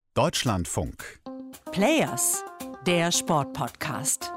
Deutschlandfunk. Players, der Sportpodcast.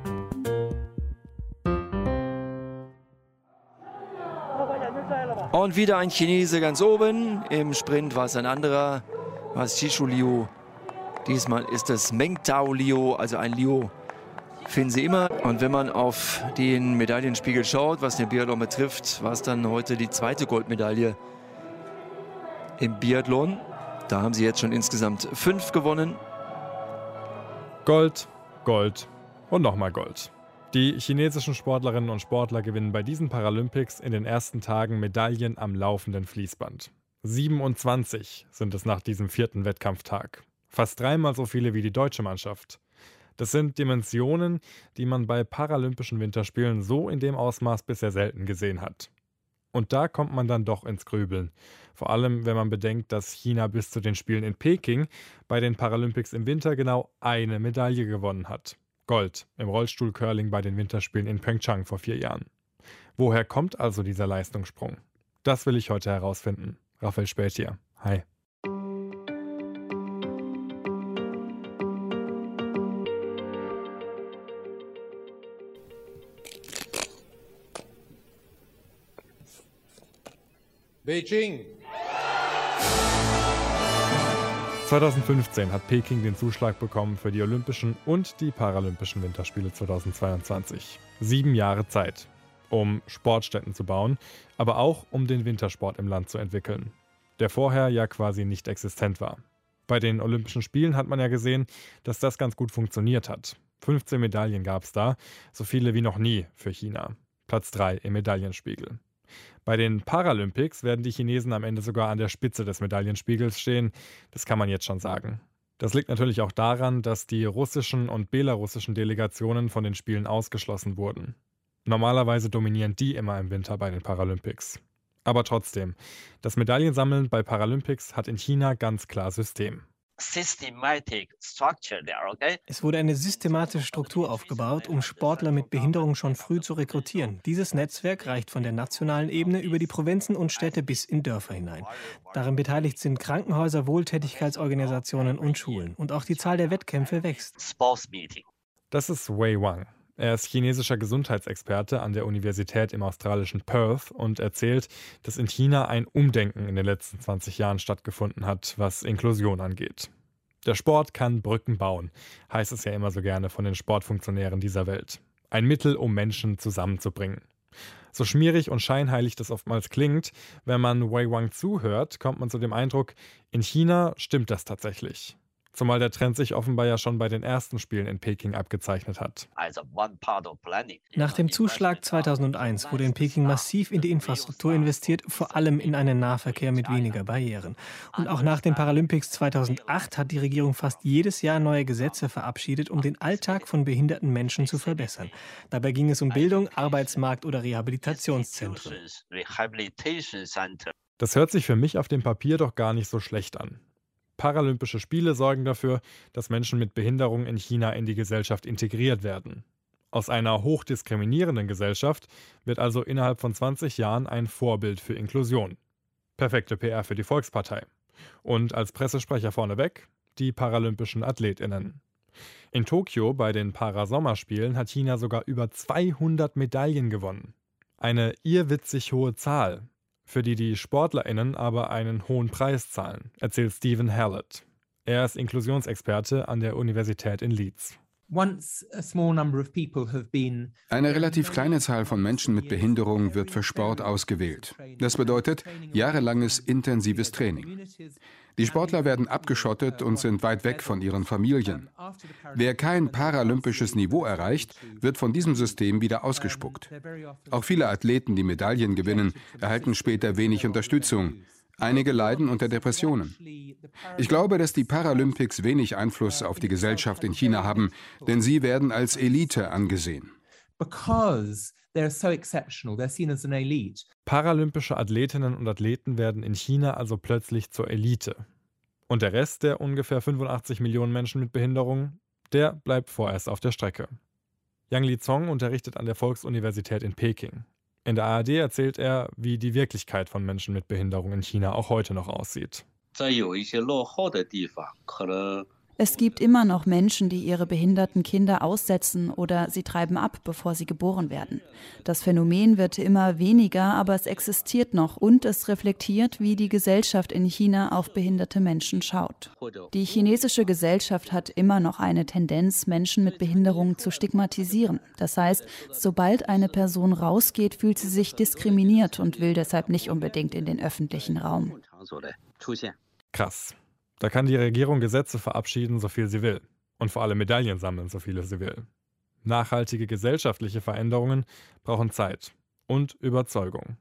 Und wieder ein Chinese ganz oben. Im Sprint war es ein anderer, war es Xishu Liu. Diesmal ist es Meng Tao Liu, also ein Liu finden Sie immer. Und wenn man auf den Medaillenspiegel schaut, was den Biathlon betrifft, war es dann heute die zweite Goldmedaille im Biathlon. Da haben sie jetzt schon insgesamt 5 gewonnen. Gold, Gold und nochmal Gold. Die chinesischen Sportlerinnen und Sportler gewinnen bei diesen Paralympics in den ersten Tagen Medaillen am laufenden Fließband. 27 sind es nach diesem 4. Wettkampftag. Fast 3-mal so viele wie die deutsche Mannschaft. Das sind Dimensionen, die man bei Paralympischen Winterspielen so in dem Ausmaß bisher selten gesehen hat. Und da kommt man dann doch ins Grübeln. Vor allem, wenn man bedenkt, dass China bis zu den Spielen in Peking bei den Paralympics im Winter genau eine Medaille gewonnen hat. Gold im Rollstuhlcurling bei den Winterspielen in Pyeongchang vor 4 Jahren. Woher kommt also dieser Leistungssprung? Das will ich heute herausfinden. Raphael Späth hier. Hi. Beijing. 2015 hat Peking den Zuschlag bekommen für die Olympischen und die Paralympischen Winterspiele 2022. 7 Jahre Zeit, um Sportstätten zu bauen, aber auch um den Wintersport im Land zu entwickeln, der vorher ja quasi nicht existent war. Bei den Olympischen Spielen hat man ja gesehen, dass das ganz gut funktioniert hat. 15 Medaillen gab es da, so viele wie noch nie für China. Platz 3 im Medaillenspiegel. Bei den Paralympics werden die Chinesen am Ende sogar an der Spitze des Medaillenspiegels stehen. Das kann man jetzt schon sagen. Das liegt natürlich auch daran, dass die russischen und belarussischen Delegationen von den Spielen ausgeschlossen wurden. Normalerweise dominieren die immer im Winter bei den Paralympics. Aber trotzdem, das Medaillensammeln bei Paralympics hat in China ganz klar System. Es wurde eine systematische Struktur aufgebaut, um Sportler mit Behinderung schon früh zu rekrutieren. Dieses Netzwerk reicht von der nationalen Ebene über die Provinzen und Städte bis in Dörfer hinein. Daran beteiligt sind Krankenhäuser, Wohltätigkeitsorganisationen und Schulen. Und auch die Zahl der Wettkämpfe wächst. Das ist Wei Wang. Er ist chinesischer Gesundheitsexperte an der Universität im australischen Perth und erzählt, dass in China ein Umdenken in den letzten 20 Jahren stattgefunden hat, was Inklusion angeht. Der Sport kann Brücken bauen, heißt es ja immer so gerne von den Sportfunktionären dieser Welt. Ein Mittel, um Menschen zusammenzubringen. So schmierig und scheinheilig das oftmals klingt, wenn man Wei Wang zuhört, kommt man zu dem Eindruck, in China stimmt das tatsächlich. Zumal der Trend sich offenbar ja schon bei den ersten Spielen in Peking abgezeichnet hat. Nach dem Zuschlag 2001 wurde in Peking massiv in die Infrastruktur investiert, vor allem in einen Nahverkehr mit weniger Barrieren. Und auch nach den Paralympics 2008 hat die Regierung fast jedes Jahr neue Gesetze verabschiedet, um den Alltag von behinderten Menschen zu verbessern. Dabei ging es um Bildung, Arbeitsmarkt oder Rehabilitationszentren. Das hört sich für mich auf dem Papier doch gar nicht so schlecht an. Paralympische Spiele sorgen dafür, dass Menschen mit Behinderung in China in die Gesellschaft integriert werden. Aus einer hochdiskriminierenden Gesellschaft wird also innerhalb von 20 Jahren ein Vorbild für Inklusion. Perfekte PR für die Volkspartei. Und als Pressesprecher vorneweg die paralympischen AthletInnen. In Tokio bei den Parasommerspielen hat China sogar über 200 Medaillen gewonnen. Eine irrwitzig hohe Zahl, für die die SportlerInnen aber einen hohen Preis zahlen, erzählt Stephen Hallett. Er ist Inklusionsexperte an der Universität in Leeds. Eine relativ kleine Zahl von Menschen mit Behinderung wird für Sport ausgewählt. Das bedeutet jahrelanges intensives Training. Die Sportler werden abgeschottet und sind weit weg von ihren Familien. Wer kein paralympisches Niveau erreicht, wird von diesem System wieder ausgespuckt. Auch viele Athleten, die Medaillen gewinnen, erhalten später wenig Unterstützung. Einige leiden unter Depressionen. Ich glaube, dass die Paralympics wenig Einfluss auf die Gesellschaft in China haben, denn sie werden als Elite angesehen. Paralympische Athletinnen und Athleten werden in China also plötzlich zur Elite. Und der Rest der ungefähr 85 Millionen Menschen mit Behinderung, der bleibt vorerst auf der Strecke. Yang Lizong unterrichtet an der Volksuniversität in Peking. In der ARD erzählt er, wie die Wirklichkeit von Menschen mit Behinderung in China auch heute noch aussieht. Es gibt immer noch Menschen, die ihre behinderten Kinder aussetzen oder sie treiben ab, bevor sie geboren werden. Das Phänomen wird immer weniger, aber es existiert noch und es reflektiert, wie die Gesellschaft in China auf behinderte Menschen schaut. Die chinesische Gesellschaft hat immer noch eine Tendenz, Menschen mit Behinderungen zu stigmatisieren. Das heißt, sobald eine Person rausgeht, fühlt sie sich diskriminiert und will deshalb nicht unbedingt in den öffentlichen Raum. Krass. Da kann die Regierung Gesetze verabschieden, so viel sie will. Und vor allem Medaillen sammeln, so viele sie will. Nachhaltige gesellschaftliche Veränderungen brauchen Zeit und Überzeugung.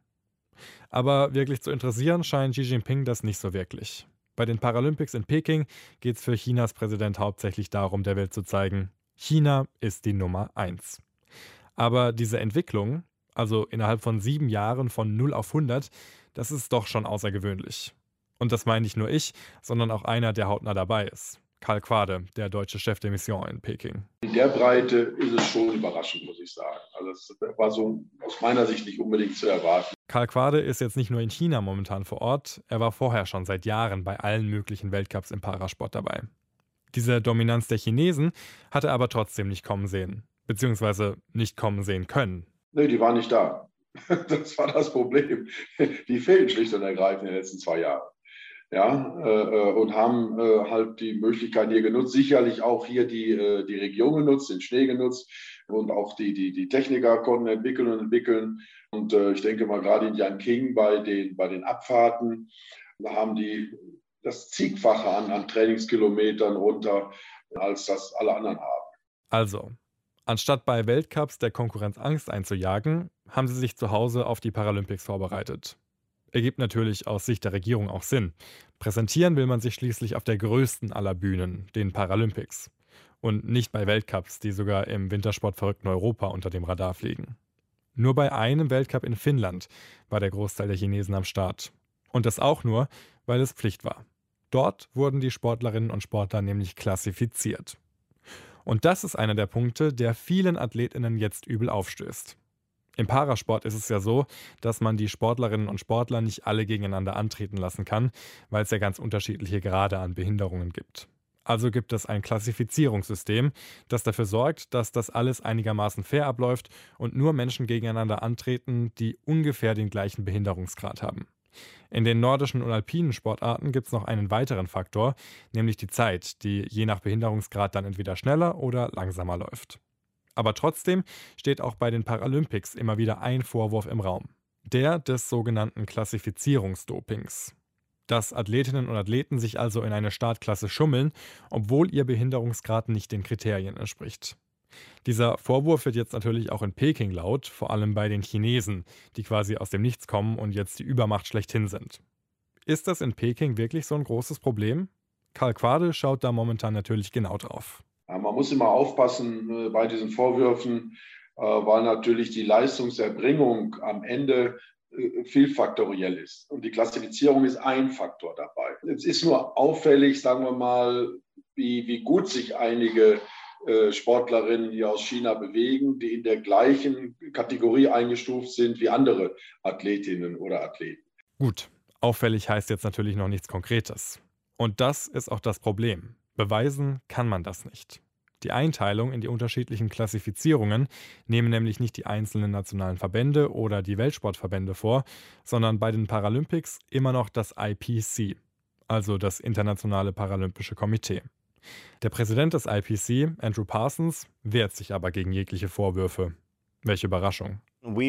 Aber wirklich zu interessieren scheint Xi Jinping das nicht so wirklich. Bei den Paralympics in Peking geht es für Chinas Präsident hauptsächlich darum, der Welt zu zeigen, China ist die Nummer 1. Aber diese Entwicklung, also innerhalb von 7 Jahren von 0 auf 100, das ist doch schon außergewöhnlich. Und das meine nicht nur ich, sondern auch einer, der hautnah dabei ist. Karl Quade, der deutsche Chef der Mission in Peking. In der Breite ist es schon überraschend, muss ich sagen. Also es war so aus meiner Sicht nicht unbedingt zu erwarten. Karl Quade ist jetzt nicht nur in China momentan vor Ort, er war vorher schon seit Jahren bei allen möglichen Weltcups im Parasport dabei. Diese Dominanz der Chinesen hatte er aber trotzdem nicht kommen sehen, beziehungsweise nicht kommen sehen können. Nee, die waren nicht da. Das war das Problem. Die fehlen schlicht und ergreifend in den letzten 2 Jahren. Ja, und haben halt die Möglichkeit hier genutzt, sicherlich auch hier die Region genutzt, den Schnee genutzt und auch die Techniker konnten entwickeln. Und ich denke mal, gerade in Yanqing bei den Abfahrten haben die das Zigfache an Trainingskilometern runter, als das alle anderen haben. Also, anstatt bei Weltcups der Konkurrenz Angst einzujagen, haben sie sich zu Hause auf die Paralympics vorbereitet. Ergibt natürlich aus Sicht der Regierung auch Sinn. Präsentieren will man sich schließlich auf der größten aller Bühnen, den Paralympics. Und nicht bei Weltcups, die sogar im wintersportverrückten Europa unter dem Radar fliegen. Nur bei einem Weltcup in Finnland war der Großteil der Chinesen am Start. Und das auch nur, weil es Pflicht war. Dort wurden die Sportlerinnen und Sportler nämlich klassifiziert. Und das ist einer der Punkte, der vielen AthletInnen jetzt übel aufstößt. Im Parasport ist es ja so, dass man die Sportlerinnen und Sportler nicht alle gegeneinander antreten lassen kann, weil es ja ganz unterschiedliche Grade an Behinderungen gibt. Also gibt es ein Klassifizierungssystem, das dafür sorgt, dass das alles einigermaßen fair abläuft und nur Menschen gegeneinander antreten, die ungefähr den gleichen Behinderungsgrad haben. In den nordischen und alpinen Sportarten gibt es noch einen weiteren Faktor, nämlich die Zeit, die je nach Behinderungsgrad dann entweder schneller oder langsamer läuft. Aber trotzdem steht auch bei den Paralympics immer wieder ein Vorwurf im Raum. Der des sogenannten Klassifizierungsdopings. Dass Athletinnen und Athleten sich also in eine Startklasse schummeln, obwohl ihr Behinderungsgrad nicht den Kriterien entspricht. Dieser Vorwurf wird jetzt natürlich auch in Peking laut, vor allem bei den Chinesen, die quasi aus dem Nichts kommen und jetzt die Übermacht schlechthin sind. Ist das in Peking wirklich so ein großes Problem? Karl Quade schaut da momentan natürlich genau drauf. Ja, man muss immer aufpassen bei diesen Vorwürfen, weil natürlich die Leistungserbringung am Ende vielfaktoriell ist. Und die Klassifizierung ist ein Faktor dabei. Es ist nur auffällig, sagen wir mal, wie gut sich einige Sportlerinnen hier aus China bewegen, die in der gleichen Kategorie eingestuft sind wie andere Athletinnen oder Athleten. Gut, auffällig heißt jetzt natürlich noch nichts Konkretes. Und das ist auch das Problem. Beweisen kann man das nicht. Die Einteilung in die unterschiedlichen Klassifizierungen nehmen nämlich nicht die einzelnen nationalen Verbände oder die Weltsportverbände vor, sondern bei den Paralympics immer noch das IPC, also das Internationale Paralympische Komitee. Der Präsident des IPC, Andrew Parsons, wehrt sich aber gegen jegliche Vorwürfe. Welche Überraschung.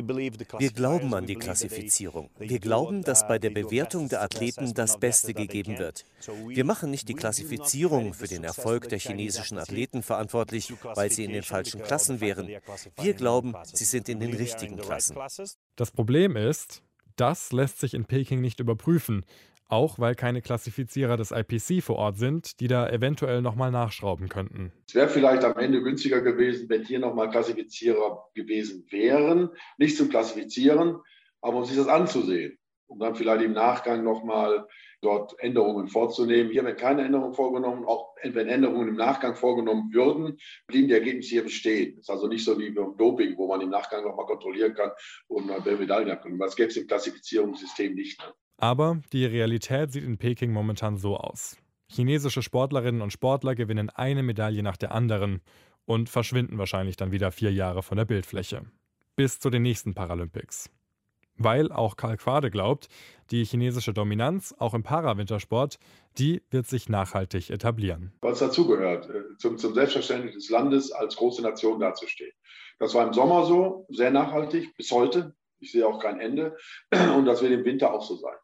Wir glauben an die Klassifizierung. Wir glauben, dass bei der Bewertung der Athleten das Beste gegeben wird. Wir machen nicht die Klassifizierung für den Erfolg der chinesischen Athleten verantwortlich, weil sie in den falschen Klassen wären. Wir glauben, sie sind in den richtigen Klassen. Das Problem ist, das lässt sich in Peking nicht überprüfen, auch weil keine Klassifizierer des IPC vor Ort sind, die da eventuell nochmal nachschrauben könnten. Es wäre vielleicht am Ende günstiger gewesen, wenn hier nochmal Klassifizierer gewesen wären, nicht zum Klassifizieren, aber um sich das anzusehen, um dann vielleicht im Nachgang nochmal dort Änderungen vorzunehmen. Hier werden keine Änderungen vorgenommen, auch wenn Änderungen im Nachgang vorgenommen würden, blieben die Ergebnisse hier bestehen. Das ist also nicht so wie beim Doping, wo man im Nachgang nochmal kontrollieren kann und eine Medaille abkommt. Das gäbe es im Klassifizierungssystem nicht. Aber die Realität sieht in Peking momentan so aus. Chinesische Sportlerinnen und Sportler gewinnen eine Medaille nach der anderen und verschwinden wahrscheinlich dann wieder 4 Jahre von der Bildfläche. Bis zu den nächsten Paralympics. Weil auch Karl Quade glaubt, die chinesische Dominanz, auch im Parawintersport, die wird sich nachhaltig etablieren. Was dazugehört, zum Selbstverständnis des Landes als große Nation dazustehen. Das war im Sommer so, sehr nachhaltig, bis heute. Ich sehe auch kein Ende. Und das wird im Winter auch so sein.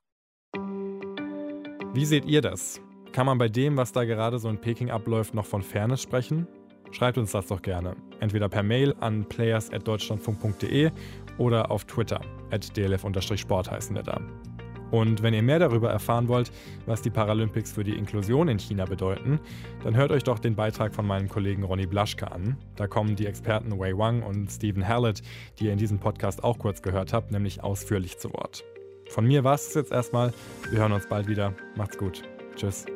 Wie seht ihr das? Kann man bei dem, was da gerade so in Peking abläuft, noch von Fairness sprechen? Schreibt uns das doch gerne. Entweder per Mail an players@deutschlandfunk.de oder auf Twitter @dlf_sport heißen wir da. Und wenn ihr mehr darüber erfahren wollt, was die Paralympics für die Inklusion in China bedeuten, dann hört euch doch den Beitrag von meinem Kollegen Ronny Blaschke an. Da kommen die Experten Wei Wang und Stephen Hallett, die ihr in diesem Podcast auch kurz gehört habt, nämlich ausführlich zu Wort. Von mir war es jetzt erstmal. Wir hören uns bald wieder. Macht's gut. Tschüss.